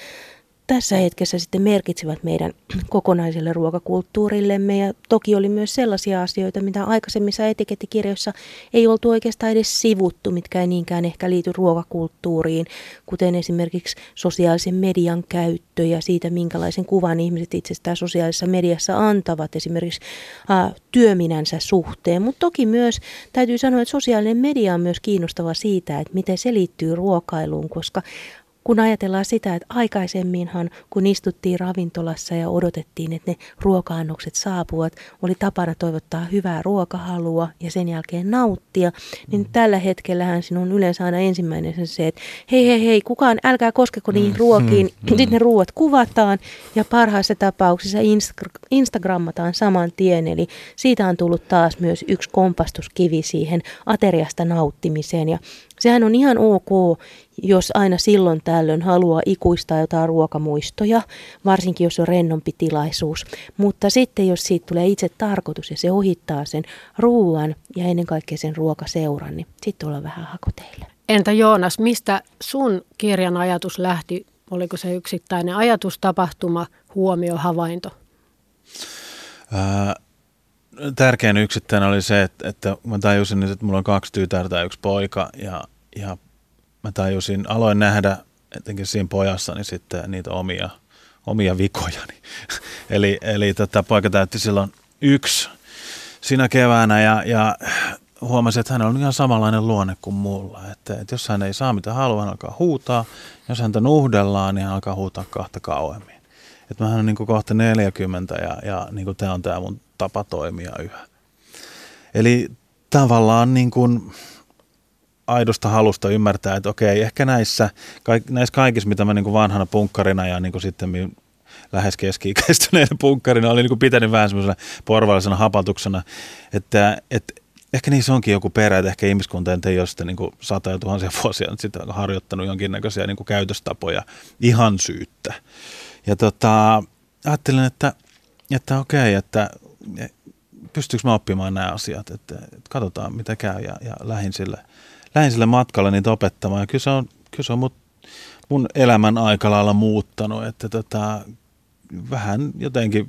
tässä hetkessä sitten merkitsevät meidän kokonaiselle ruokakulttuurillemme, ja toki oli myös sellaisia asioita, mitä aikaisemmissa etikettikirjoissa ei oltu oikeastaan edes sivuttu, mitkä ei niinkään ehkä liity ruokakulttuuriin, kuten esimerkiksi sosiaalisen median käyttö ja siitä, minkälaisen kuvan ihmiset itsestään sosiaalisessa mediassa antavat esimerkiksi työminänsä suhteen, mutta toki myös täytyy sanoa, että sosiaalinen media on myös kiinnostava siitä, että miten se liittyy ruokailuun, koska kun ajatellaan sitä, että aikaisemminhan, kun istuttiin ravintolassa ja odotettiin, että ne ruoka-annokset saapuvat, oli tapana toivottaa hyvää ruokahalua ja sen jälkeen nauttia, niin tällä hetkellähän siinä on yleensä aina ensimmäinen se, että hei, kukaan älkää koskeko niihin ruokiin, sitten ne ruuat kuvataan ja parhaissa tapauksissa instagrammataan saman tien, eli siitä on tullut taas myös yksi kompastuskivi siihen ateriasta nauttimiseen, ja sehän on ihan ok, jos aina silloin tällöin haluaa ikuistaa jotain ruokamuistoja, varsinkin jos on rennompi tilaisuus. Mutta sitten jos siitä tulee itse tarkoitus ja se ohittaa sen ruoan ja ennen kaikkea sen ruokaseuran, niin sitten ollaan vähän hakoteille. Entä Joonas, mistä sun kirjan ajatus lähti? Oliko se yksittäinen ajatustapahtuma, huomio, havainto? Tärkein yksittäinen oli se, että mä tajusin, että mulla on 2 tytärtä ja 1 poika, ja mä aloin nähdä etenkin siinä pojassani sitten niitä omia vikojani. eli poika täytti silloin 1 siinä keväänä ja huomasin, että hänellä on ihan samanlainen luonne kuin mulla. Että jos hän ei saa mitä haluaa, hän alkaa huutaa. Jos häntä nuhdellaan, niin hän alkaa huutaa 2 kauemmin. Että mähän on niin kuin kohta 40 ja niin kuin tämä on tämä mun tapa toimia yhä. Eli tavallaan niin kuin aidosta halusta ymmärtää, että okei, ehkä näissä kaikissa, mitä mä niin kuin vanhana punkkarina ja niin kuin sitten lähes keski-ikäistyneenä punkkarina oli niin kuin pitänyt vähän semmoisena porvallisena hapatuksena, että ehkä niissä onkin joku perä, että ehkä ihmiskunta ei ole sitten niin kuin 100 ja 1000 vuosia nyt sitten harjoittanut jonkinnäköisiä niin kuin käytöstapoja ihan syyttä. Ja ajattelin, että okei, että pystyykö mä oppimaan nämä asiat, että katsotaan mitä käy ja lähdin sille matkalle niitä opettamaan. Ja kyllä se on mun elämän aika lailla muuttanut, että vähän jotenkin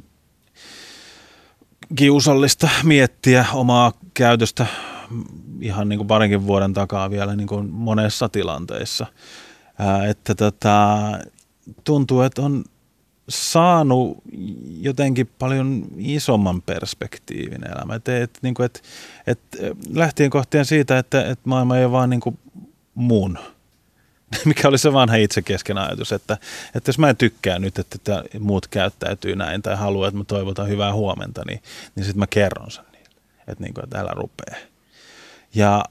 kiusallista miettiä omaa käytöstä ihan niin kuin parinkin vuoden takaa vielä niin kuin monessa tilanteessa. Että tuntuu, että on saanut jotenkin paljon isomman perspektiivin elämä. Et lähtien kohtien siitä, että maailma ei ole vaan niin kuin mun. Mikä oli se vanha itsekesken ajatus, että jos mä en tykkää nyt, että muut käyttäytyy näin tai haluaa, että mä toivotan hyvää huomenta, niin sitten mä kerron sen niille, että älä rupee. Ja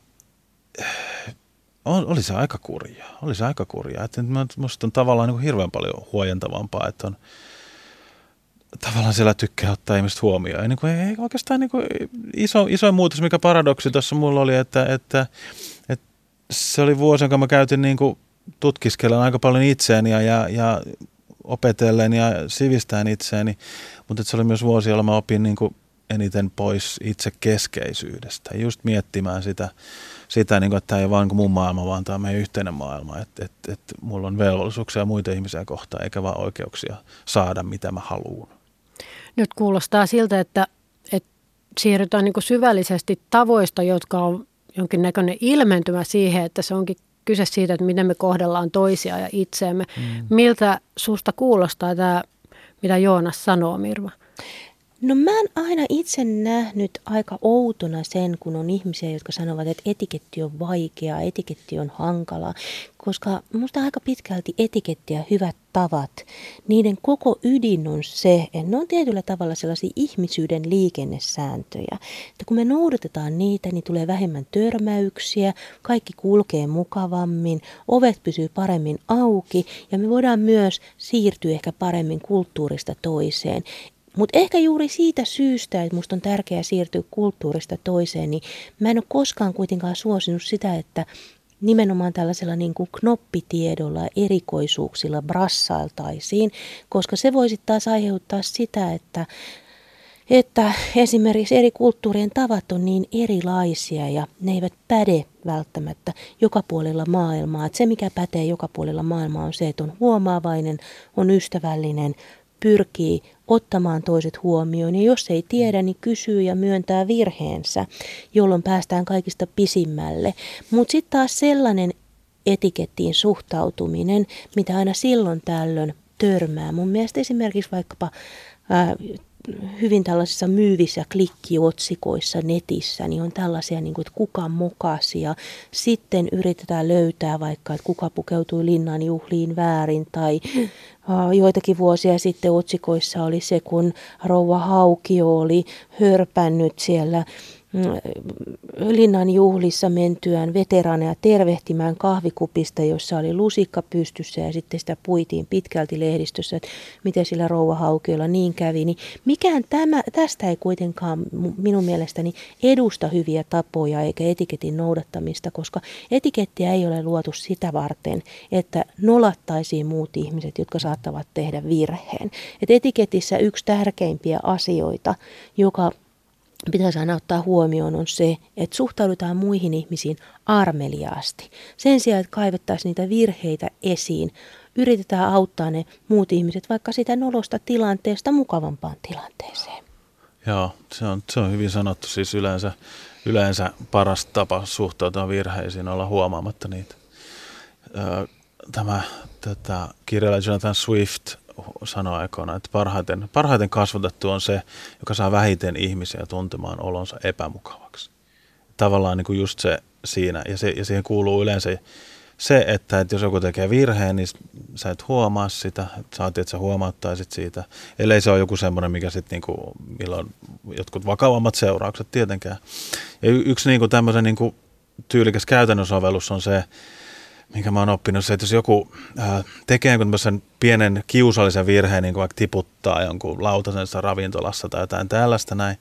oli se aika kurjaa. Että musta on tavallaan niin kuin hirveän paljon huojentavampaa, että on tavallaan siellä tykkää ottaa ihmiset huomioon. Ja niin kuin, ei oikeastaan niin kuin isoin muutos, mikä paradoksi tuossa mulla oli, että se oli vuosi, jonka mä käytin niin kuin tutkiskellen aika paljon itseäni ja opetellen ja sivistäen itseäni, mutta se oli myös vuosi, jolla mä opin niin kuin eniten pois itse keskeisyydestä. Just miettimään sitä niin kuin, että tämä ei ole vain mun maailma, vaan tämä on meidän yhteinen maailma. Että mulla on velvollisuuksia muita ihmisiä kohtaan, eikä vaan oikeuksia saada, mitä mä haluan. Nyt kuulostaa siltä, että siirrytään niin kuin syvällisesti tavoista, jotka on jonkinnäköinen ilmentymä siihen, että se onkin kyse siitä, että miten me kohdellaan toisia ja itseämme. Miltä susta kuulostaa tämä, mitä Joonas sanoo, Mirva? No mä oon aina itse nähnyt aika outona sen, kun on ihmisiä, jotka sanovat, että etiketti on vaikeaa, etiketti on hankalaa, koska musta aika pitkälti etiketti ja hyvät tavat, niiden koko ydin on se, että ne on tietyllä tavalla sellaisia ihmisyyden liikennesääntöjä, että kun me noudatetaan niitä, niin tulee vähemmän törmäyksiä, kaikki kulkee mukavammin, ovet pysyy paremmin auki ja me voidaan myös siirtyä ehkä paremmin kulttuurista toiseen. Mutta ehkä juuri siitä syystä, että musta on tärkeää siirtyä kulttuurista toiseen, niin mä en ole koskaan kuitenkaan suosinut sitä, että nimenomaan tällaisella niin kuin knoppitiedolla ja erikoisuuksilla brassailtaisiin, koska se voisi taas aiheuttaa sitä, että esimerkiksi eri kulttuurien tavat on niin erilaisia ja ne eivät päde välttämättä joka puolella maailmaa. Et se, mikä pätee joka puolella maailmaa, on se, että on huomaavainen, on ystävällinen, pyrkii ottamaan toiset huomioon ja jos ei tiedä, niin kysyy ja myöntää virheensä, jolloin päästään kaikista pisimmälle. Mutta sitten taas sellainen etikettiin suhtautuminen, mitä aina silloin tällöin törmää. Mun mielestä esimerkiksi vaikkapa hyvin tällaisissa myyvissä klikkiotsikoissa netissä, niin on tällaisia, niin kuin, että kuka mokasi ja sitten yritetään löytää vaikka, että kuka pukeutui linnan juhliin väärin tai joitakin vuosia sitten otsikoissa oli se, kun rouva Haukio oli hörpännyt siellä linnan juhlissa mentyään veteraaneja tervehtimään kahvikupista, jossa oli lusikka pystyssä ja sitten sitä puitiin pitkälti lehdistössä, että miten sillä rouva Haukiolla niin kävi. Niin mikään tästä ei kuitenkaan minun mielestäni edusta hyviä tapoja eikä etiketin noudattamista, koska etikettiä ei ole luotu sitä varten, että nolattaisiin muut ihmiset, jotka saattavat tehdä virheen. Et etiketissä yksi tärkeimpiä asioita, joka pitäisi aina ottaa huomioon on se, että suhtaudutaan muihin ihmisiin armeliaasti. Sen sijaan, että kaivettaisiin niitä virheitä esiin, yritetään auttaa ne muut ihmiset vaikka sitä nolosta tilanteesta mukavampaan tilanteeseen. Joo, se on hyvin sanottu. Siis yleensä paras tapa suhtautua virheisiin olla huomaamatta niitä. Tämä kirjailija Jonathan Swift sanoi aikoina, että parhaiten kasvatettu on se, joka saa vähiten ihmisiä tuntemaan olonsa epämukavaksi. Tavallaan niin kuin just se siinä, ja siihen kuuluu yleensä se, että jos joku tekee virheen, niin sä et huomaa sitä, saatiin, että sä huomauttaisit siitä, ellei se ole joku semmoinen, mikä sitten niinku, millä on jotkut vakavammat seuraukset tietenkään. Ja yksi niinku tämmöisen niinku tyylikäs käytännön sovellus on se, minkä mä oon oppinut, se, että jos joku tekee tämmöisen pienen kiusallisen virheen, niin kuin vaikka tiputtaa jonkun lautasensa ravintolassa tai jotain tällaista näin,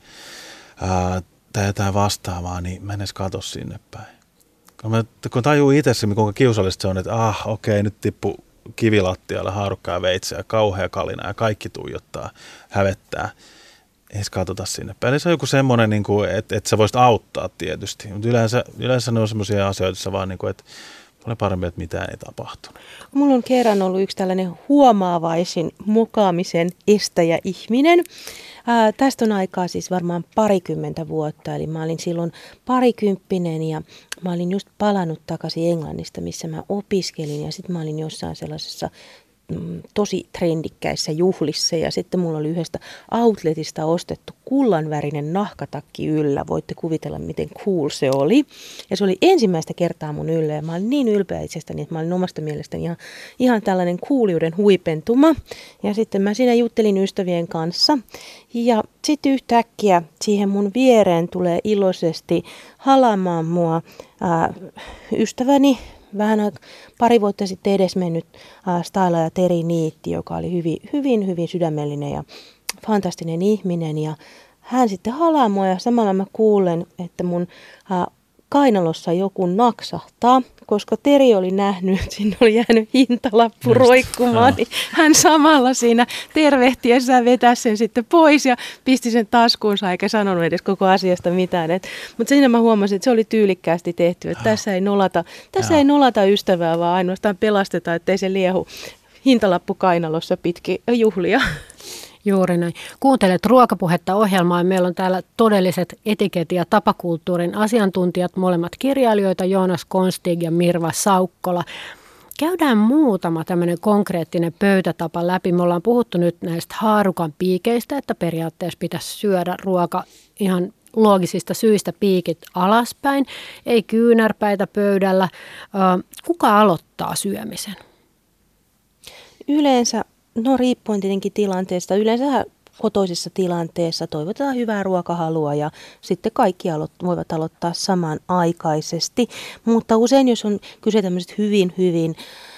tai jotain vastaavaa, niin mä en edes katso sinne päin. Kun tajuu itse se, kuinka kiusallista se on, että okei, nyt tippu kivilattialle haarukkaa veitseä ja kauhea kalina ja kaikki tuijottaa, hävettää. Ei edes katsota sinne päin. Eli se on joku semmoinen, niin kuin, että sä voisit auttaa tietysti, mutta yleensä ne on semmoisia asioita, vaan, niin kuin, että oli parempi, että mitään ei tapahtunut. Mulla on kerran ollut yksi tällainen huomaavaisin mokaamisen estäjä-ihminen. Tästä on aikaa siis varmaan 20 vuotta, eli mä olin silloin 20 ja mä olin just palannut takaisin Englannista, missä mä opiskelin ja sitten mä olin jossain sellaisessa tosi trendikkäissä juhlissa ja sitten mulla oli yhdestä outletista ostettu kullanvärinen nahkatakki yllä. Voitte kuvitella, miten cool se oli. Ja se oli ensimmäistä kertaa mun yllä ja mä olin niin ylpeä itsestäni, että mä olin omasta mielestäni ihan tällainen cooliuden huipentuma. Ja sitten mä siinä juttelin ystävien kanssa ja sitten yhtäkkiä siihen mun viereen tulee iloisesti halamaan mua ystäväni, pari vuotta sitten edesmennyt stylaaja Teri Niitti, joka oli hyvin sydämellinen ja fantastinen ihminen. Ja hän sitten halaa mua ja samalla mä kuulen, että mun kainalossa joku naksahtaa, koska Teri oli nähnyt, että sinne oli jäänyt hintalappu roikkumaan, niin hän samalla siinä tervehtiessään vetäisi sen sitten pois ja pisti sen taskuunsa eikä sanonut edes koko asiasta mitään. Mutta siinä mä huomasin, että se oli tyylikkäästi tehty, että tässä ei nolata ystävää, vaan ainoastaan pelastetaan, ettei se liehu hintalappu kainalossa pitkin juhlia. Juuri näin. Kuuntelet Ruokapuhetta -ohjelmaa ja meillä on täällä todelliset etiketti- ja tapakulttuurin asiantuntijat, molemmat kirjailijoita, Joonas Konstig ja Mirva Saukkola. Käydään muutama tämmöinen konkreettinen pöytätapa läpi. Me ollaan puhuttu nyt näistä haarukan piikeistä, että periaatteessa pitäisi syödä ruoka ihan loogisista syistä piikit alaspäin, ei kyynärpäitä pöydällä. Kuka aloittaa syömisen? Yleensä, riippuen tietenkin tilanteesta, yleensä kotoisessa tilanteessa toivotetaan hyvää ruokahalua ja sitten kaikki voivat aloittaa samanaikaisesti. Mutta usein, jos on kyse tämmöisestä hyvin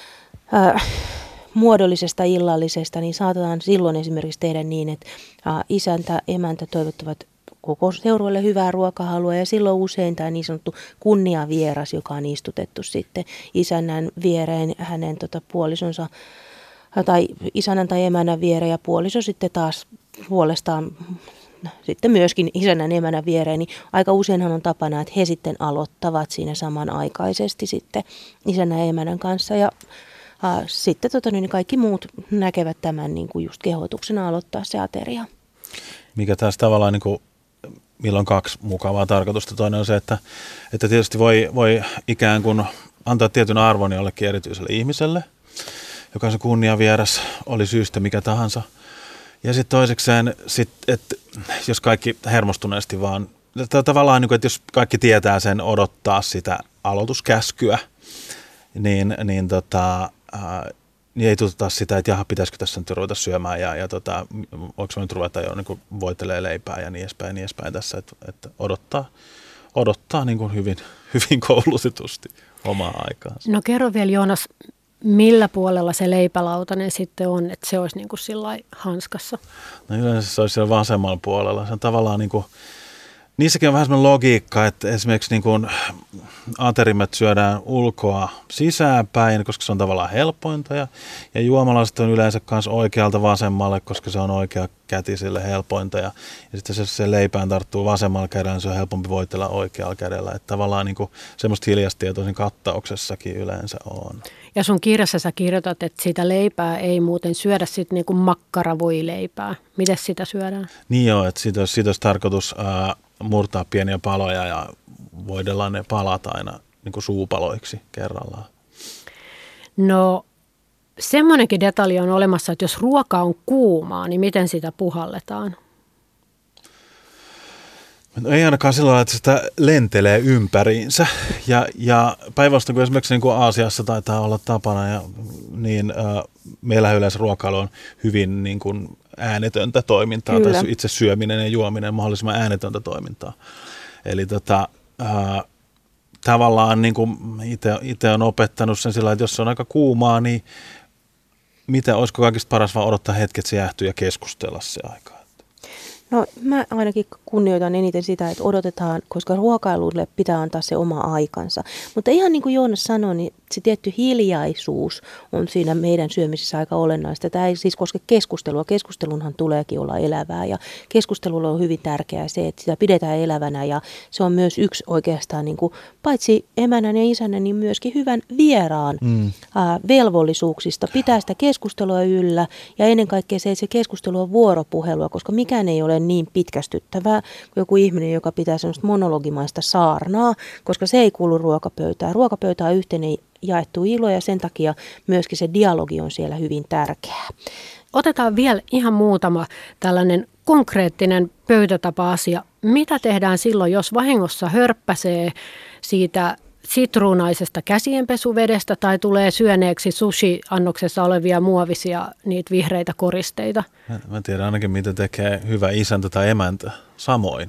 muodollisesta illallisesta, niin saatetaan silloin esimerkiksi tehdä niin, että isäntä, emäntä toivottavat koko seurueelle hyvää ruokahalua ja silloin usein tämä niin sanottu kunniavieras, joka on istutettu sitten isännän viereen hänen puolisonsa tai isännän tai emännän viereen ja puoliso sitten taas puolestaan sitten myöskin isännän emännän viereen, niin aika useinhan on tapana, että he sitten aloittavat siinä samanaikaisesti sitten isännän ja emännän kanssa ja sitten niin kaikki muut näkevät tämän niin kuin just kehotuksena aloittaa se ateria. Mikä taas tavallaan niin kuin, milloin on kaksi mukavaa tarkoitusta. Toinen on se, että tietysti voi ikään kuin antaa tietyn arvon jollekin erityiselle ihmiselle, joka on se kunniavieras, oli syystä mikä tahansa. Ja sitten toisekseen, että jos kaikki hermostuneesti vaan, tavallaan niin kuin, että jos kaikki tietää sen odottaa sitä aloituskäskyä, niin ei tuteta sitä, että jaha, pitäisikö tässä nyt ruveta syömään ja voiko me nyt ruveta jo niin kuin voitelee leipää ja niin edespäin tässä, että odottaa niin kuin hyvin koulutetusti omaa aikaansa. No kerro vielä, Joonas, millä puolella se leipälautanen sitten on, että se olisi niin kuin sillai hanskassa? No yleensä se olisi siellä vasemmalla puolella. Se on tavallaan niin kuin, niissäkin on vähän sellainen logiikka, että esimerkiksi niin kuin aterimet syödään ulkoa sisäänpäin, koska se on tavallaan helpointa ja juomalaiset on yleensä myös oikealta vasemmalle, koska se on oikea kätisille helpointa ja sitten jos se leipään tarttuu vasemmalla kädellä, niin se on helpompi voitella oikealla kädellä. Että tavallaan niin kuin semmoista hiljastietoisen kattauksessakin yleensä on. Ja sun kirjassa sä kirjoitat, että sitä leipää ei muuten syödä sitten niin kuin makkaravoileipää. Miten sitä syödään? Niin joo, että siitä olisi tarkoitus murtaa pieniä paloja ja voidella ne palat aina niin kuin suupaloiksi kerrallaan. No semmoinenkin detalji on olemassa, että jos ruoka on kuumaa, niin miten sitä puhalletaan? No ei ainakaan sillä lailla, että sitä lentelee ympäriinsä. Ja päinvastoin kuin esimerkiksi niin kuin Aasiassa taitaa olla tapana, niin meillä yleensä ruokailu on hyvin niin kuin äänetöntä toimintaa. Kyllä. Tai itse syöminen ja juominen mahdollisimman äänetöntä toimintaa. Eli tavallaan niin kuin itse olen opettanut sen sillä, että jos se on aika kuumaa, niin olisiko kaikista paras vaan odottaa hetket, että se jäähtyy ja keskustella se aikaa? No mä ainakin kunnioitan eniten sitä, että odotetaan, koska ruokailulle pitää antaa se oma aikansa. Mutta ihan niin kuin Joonas sanoi, niin se tietty hiljaisuus on siinä meidän syömisessä aika olennaista. Tämä ei siis koske keskustelua. Keskustelunhan tuleekin olla elävää ja keskustelulla on hyvin tärkeää se, että sitä pidetään elävänä ja se on myös yksi oikeastaan niin kuin, paitsi emännän ja isännän, niin myöskin hyvän vieraan velvollisuuksista. Pitää sitä keskustelua yllä ja ennen kaikkea se, että se keskustelu on vuoropuhelua, koska mikään ei ole niin pitkästyttävää kuin joku ihminen, joka pitää semmoista monologimaista saarnaa, koska se ei kuulu ruokapöytään. Ruokapöytä on yhteinen jaettu ilo ja sen takia myöskin se dialogi on siellä hyvin tärkeää. Otetaan vielä ihan muutama tällainen konkreettinen pöytätapa-asia. Mitä tehdään silloin, jos vahingossa hörppäsee siitä sitruunaisesta käsienpesuvedestä tai tulee syöneeksi sushi-annoksessa olevia muovisia niitä vihreitä koristeita? Mä tiedän ainakin, mitä tekee hyvä isäntä tai emäntä. Samoin.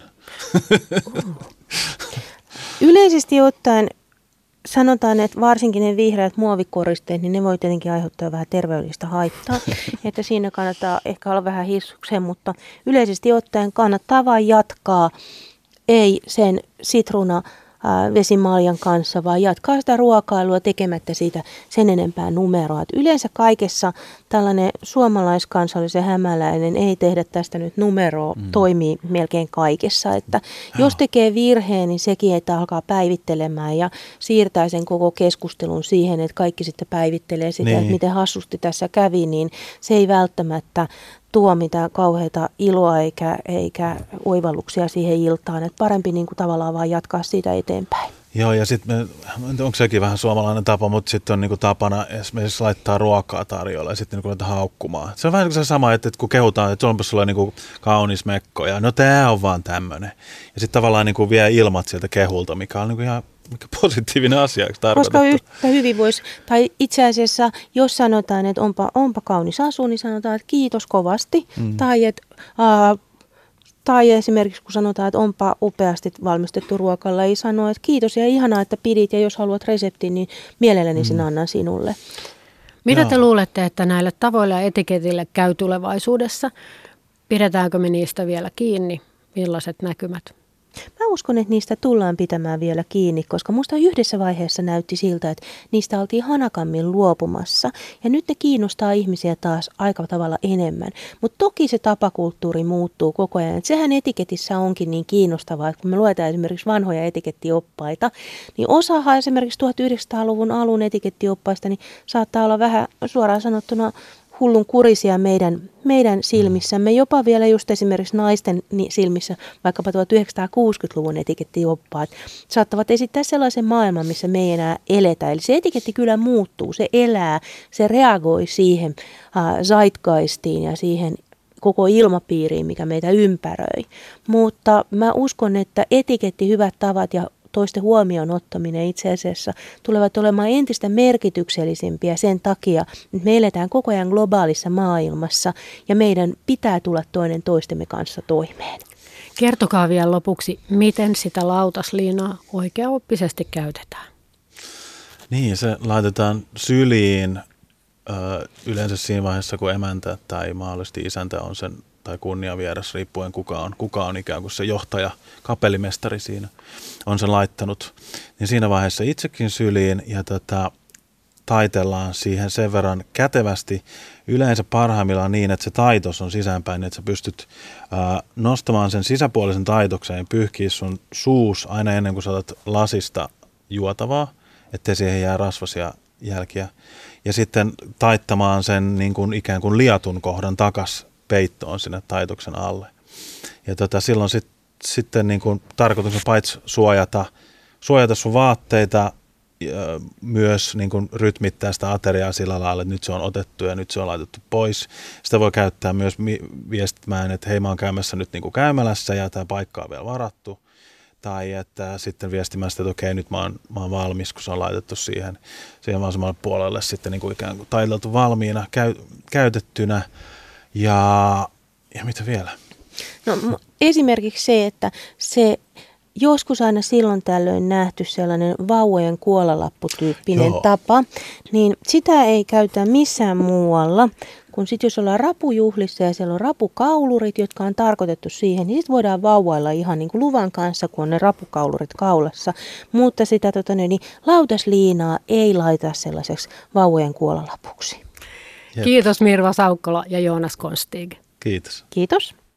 Yleisesti ottaen sanotaan, että varsinkin ne vihreät muovikoristeet, niin ne voi tietenkin aiheuttaa vähän terveydellistä haittaa. Että siinä kannattaa ehkä olla vähän hissukseen, mutta yleisesti ottaen kannattaa vain jatkaa. Ei sen vesimaljan kanssa, vaan jatkaa sitä ruokailua tekemättä siitä sen enempää numeroa. Et yleensä kaikessa tällainen suomalaiskansallisen hämäläinen ei tehdä tästä nyt numeroa, toimii melkein kaikessa. Että jos tekee virheen, niin sekin, että alkaa päivittelemään ja siirtää sen koko keskustelun siihen, että kaikki sitten päivittelee sitä, että miten hassusti tässä kävi, niin se ei välttämättä tuo mitään kauheita iloa eikä oivalluksia siihen iltaan. Että parempi niin kuin tavallaan vaan jatkaa siitä eteenpäin. Joo, ja sitten onko sekin vähän suomalainen tapa, mutta sitten on niinku tapana esimerkiksi laittaa ruokaa tarjolla ja sitten niinku laittaa haukkumaan. Se on vähän se sama, että kun kehutaan, että onpa sulla niinku kaunis mekko ja no tää on vaan tämmöinen. Ja sitten tavallaan niinku vie ilmat sieltä kehulta, mikä on niinku ihan positiivinen asia, eikö tarkoitettu? Koska yhtä hyvin voisi, tai itse asiassa jos sanotaan, että onpa kaunis asu, niin sanotaan, että kiitos kovasti. Tai esimerkiksi kun sanotaan, että onpa upeasti valmistettu ruokalla, ei sano, että kiitos ja ihanaa, että pidit ja jos haluat reseptin, niin mielelläni sen annan sinulle. Mitä te luulette, että näille tavoille ja etiketille käy tulevaisuudessa? Pidetäänkö me niistä vielä kiinni? Millaiset näkymät? Mä uskon, että niistä tullaan pitämään vielä kiinni, koska musta yhdessä vaiheessa näytti siltä, että niistä oltiin hanakammin luopumassa. Ja nyt ne kiinnostaa ihmisiä taas aika tavalla enemmän. Mutta toki se tapakulttuuri muuttuu koko ajan. Et sehän etiketissä onkin niin kiinnostavaa, että kun me luetaan esimerkiksi vanhoja etikettioppaita, niin osahan esimerkiksi 1900-luvun alun etikettioppaista niin saattaa olla vähän suoraan sanottuna hullun kurisia meidän silmissämme, jopa vielä just esimerkiksi naisten silmissä, vaikkapa 1960-luvun etikettioppaat, saattavat esittää sellaisen maailman, missä me ei enää eletä. Eli se etiketti kyllä muuttuu, se elää, se reagoi siihen zeitgeistiin ja siihen koko ilmapiiriin, mikä meitä ympäröi. Mutta mä uskon, että etiketti, hyvät tavat ja toisten huomioon ottaminen itse asiassa tulevat olemaan entistä merkityksellisempiä sen takia, että me eletään koko ajan globaalissa maailmassa ja meidän pitää tulla toinen toistemme kanssa toimeen. Kertokaa vielä lopuksi, miten sitä lautasliinaa oikeaoppisesti käytetään. Niin, se laitetaan syliin yleensä siinä vaiheessa, kun emäntä tai mahdollisesti isäntä on sen tai kunniavieras, riippuen kuka on ikään kuin se johtaja, kapellimestari siinä, on sen laittanut, niin siinä vaiheessa itsekin syliin ja taitellaan siihen sen verran kätevästi, yleensä parhaimmillaan niin, että se taitos on sisäänpäin, että sä pystyt nostamaan sen sisäpuolisen taitoksen ja pyyhkiä sun suus aina ennen kuin sä otat lasista juotavaa, ettei siihen jää rasvasia jälkiä, ja sitten taittamaan sen niin kuin ikään kuin liatun kohdan takas peittoon sinne taitoksen alle. Ja silloin sitten niin kuin tarkoitus on paitsi suojata sun vaatteita, myös niin kuin rytmittää sitä ateriaa sillä lailla, että nyt se on otettu ja nyt se on laitettu pois. Sitä voi käyttää myös viestimään, että hei, mä oon käymässä nyt niin kuin käymälässä ja tämä paikka on vielä varattu. Tai että sitten viestimään sitä, että okei, nyt mä oon valmis, kun se on laitettu siihen vasemmalle puolelle sitten niin kuin ikään kuin taiteltu valmiina, käytettynä. Ja mitä vielä? No esimerkiksi se, että se joskus aina silloin tällöin nähty sellainen vauvojen kuolalapputyyppinen tapa, niin sitä ei käytä missään muualla. Kun sitten jos ollaan rapujuhlissa ja siellä on rapukaulurit, jotka on tarkoitettu siihen, niin sitten voidaan vauvailla ihan niin kuin luvan kanssa, kun on ne rapukaulurit kaulassa. Mutta sitä niin lautasliinaa ei laita sellaiseksi vauvojen kuolalapuksi. Kiitos Mirva Saukkola ja Joonas Konstig. Kiitos. Kiitos.